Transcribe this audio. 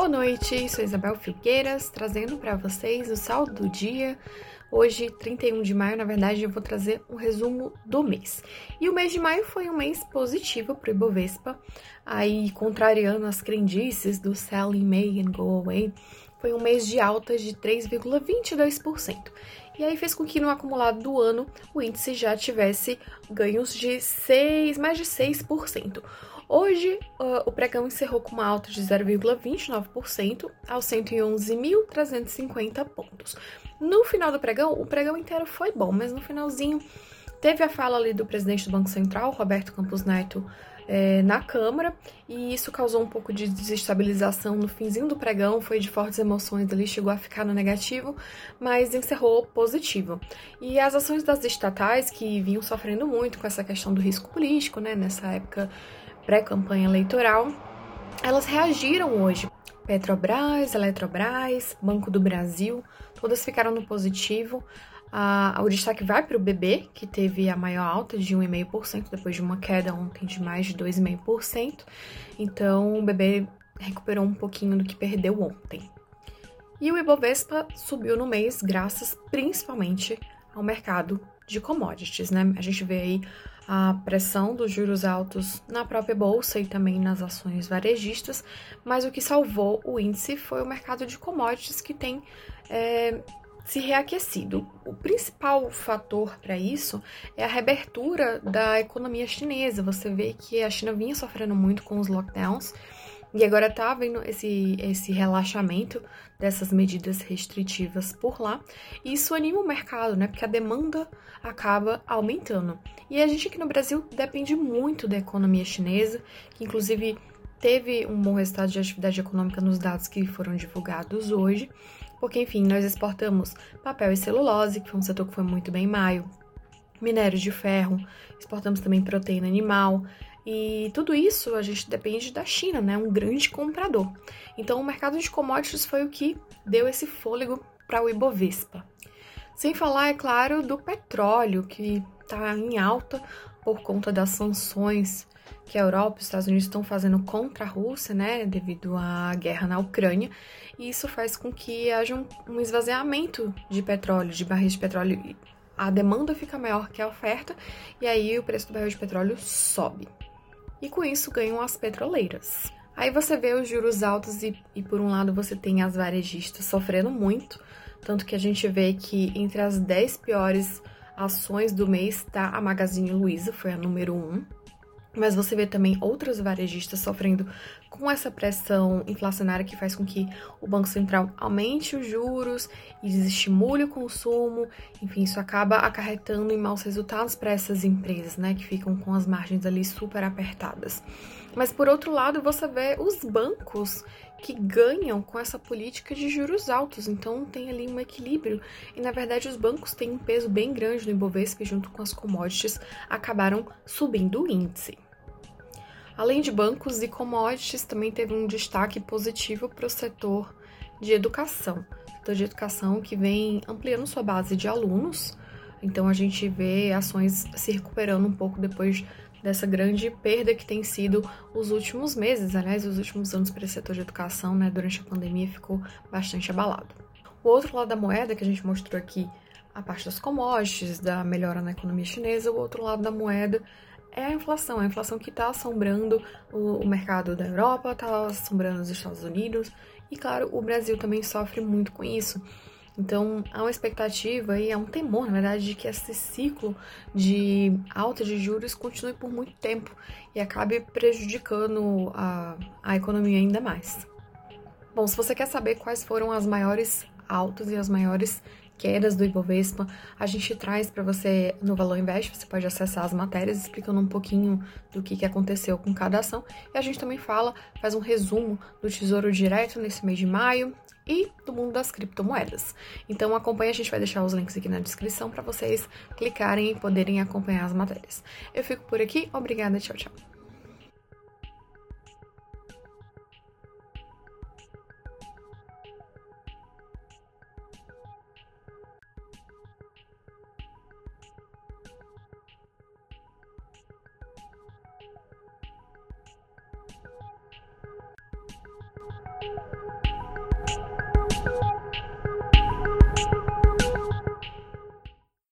Boa noite, sou Isabel Filgueiras, trazendo para vocês o saldo do dia. Hoje, 31 de maio, na verdade, eu vou trazer um resumo do mês. E o mês de maio foi um mês positivo para o Ibovespa, aí contrariando as crendices do Sell in May and Go Away, foi um mês de altas de 3,22%. E aí fez com que no acumulado do ano o índice já tivesse ganhos de mais de 6%. Hoje, o pregão encerrou com uma alta de 0,29% aos 111.350 pontos. No final do pregão, o pregão inteiro foi bom, mas no finalzinho teve a fala ali do presidente do Banco Central, Roberto Campos Neto, na Câmara, e isso causou um pouco de desestabilização no finzinho do pregão, foi de fortes emoções ali, chegou a ficar no negativo, mas encerrou positivo. E as ações das estatais, que vinham sofrendo muito com essa questão do risco político, né, nessa época pré-campanha eleitoral, elas reagiram hoje. Petrobras, Eletrobras, Banco do Brasil, todas ficaram no positivo. O destaque vai para o BB, que teve a maior alta de 1,5%, depois de uma queda ontem de mais de 2,5%. Então, o BB recuperou um pouquinho do que perdeu ontem. E o Ibovespa subiu no mês, graças principalmente ao mercado de commodities, né? A gente vê aí a pressão dos juros altos na própria bolsa e também nas ações varejistas, mas o que salvou o índice foi o mercado de commodities, que tem se reaquecido. O principal fator para isso é a reabertura da economia chinesa. Você vê que a China vinha sofrendo muito com os lockdowns e agora tá vendo esse relaxamento dessas medidas restritivas por lá. E isso anima o mercado, né? Porque a demanda acaba aumentando. E a gente aqui no Brasil depende muito da economia chinesa, que inclusive teve um bom resultado de atividade econômica nos dados que foram divulgados hoje. Porque, enfim, nós exportamos papel e celulose, que foi um setor que foi muito bem em maio, minério de ferro, exportamos também proteína animal, e tudo isso a gente depende da China, né? Um grande comprador. Então, o mercado de commodities foi o que deu esse fôlego para o Ibovespa. Sem falar, é claro, do petróleo, que está em alta por conta das sanções que a Europa e os Estados Unidos estão fazendo contra a Rússia, né, devido à guerra na Ucrânia, e isso faz com que haja um esvaziamento de petróleo, de barris de petróleo. A demanda fica maior que a oferta, e aí o preço do barril de petróleo sobe. E com isso ganham as petroleiras. Aí você vê os juros altos e por um lado você tem as varejistas sofrendo muito, tanto que a gente vê que entre as 10 piores ações do mês está a Magazine Luiza, foi a número 1. Mas você vê também outros varejistas sofrendo com essa pressão inflacionária que faz com que o Banco Central aumente os juros e desestimule o consumo. Enfim, isso acaba acarretando em maus resultados para essas empresas, né, que ficam com as margens ali super apertadas. Mas, por outro lado, você vê os bancos que ganham com essa política de juros altos. Então, tem ali um equilíbrio. E, na verdade, os bancos têm um peso bem grande no Ibovespa e, junto com as commodities, acabaram subindo o índice. Além de bancos e commodities, também teve um destaque positivo para o setor de educação. Setor de educação que vem ampliando sua base de alunos. Então, a gente vê ações se recuperando um pouco depois dessa grande perda que tem sido os últimos meses. Aliás, os últimos anos para esse setor de educação, né, durante a pandemia, ficou bastante abalado. O outro lado da moeda, que a gente mostrou aqui, a parte das commodities, da melhora na economia chinesa, o outro lado da moeda é a inflação que está assombrando o mercado da Europa, está assombrando os Estados Unidos, e claro, o Brasil também sofre muito com isso. Então, há uma expectativa e há um temor, na verdade, de que esse ciclo de alta de juros continue por muito tempo e acabe prejudicando a economia ainda mais. Bom, se você quer saber quais foram as maiores altas e as maiores quedas do Ibovespa, a gente traz para você no Valor Invest. Você pode acessar as matérias explicando um pouquinho do que aconteceu com cada ação, e a gente também faz um resumo do Tesouro Direto nesse mês de maio e do mundo das criptomoedas. Então acompanhe, a gente vai deixar os links aqui na descrição para vocês clicarem e poderem acompanhar as matérias. Eu fico por aqui, obrigada, tchau, tchau.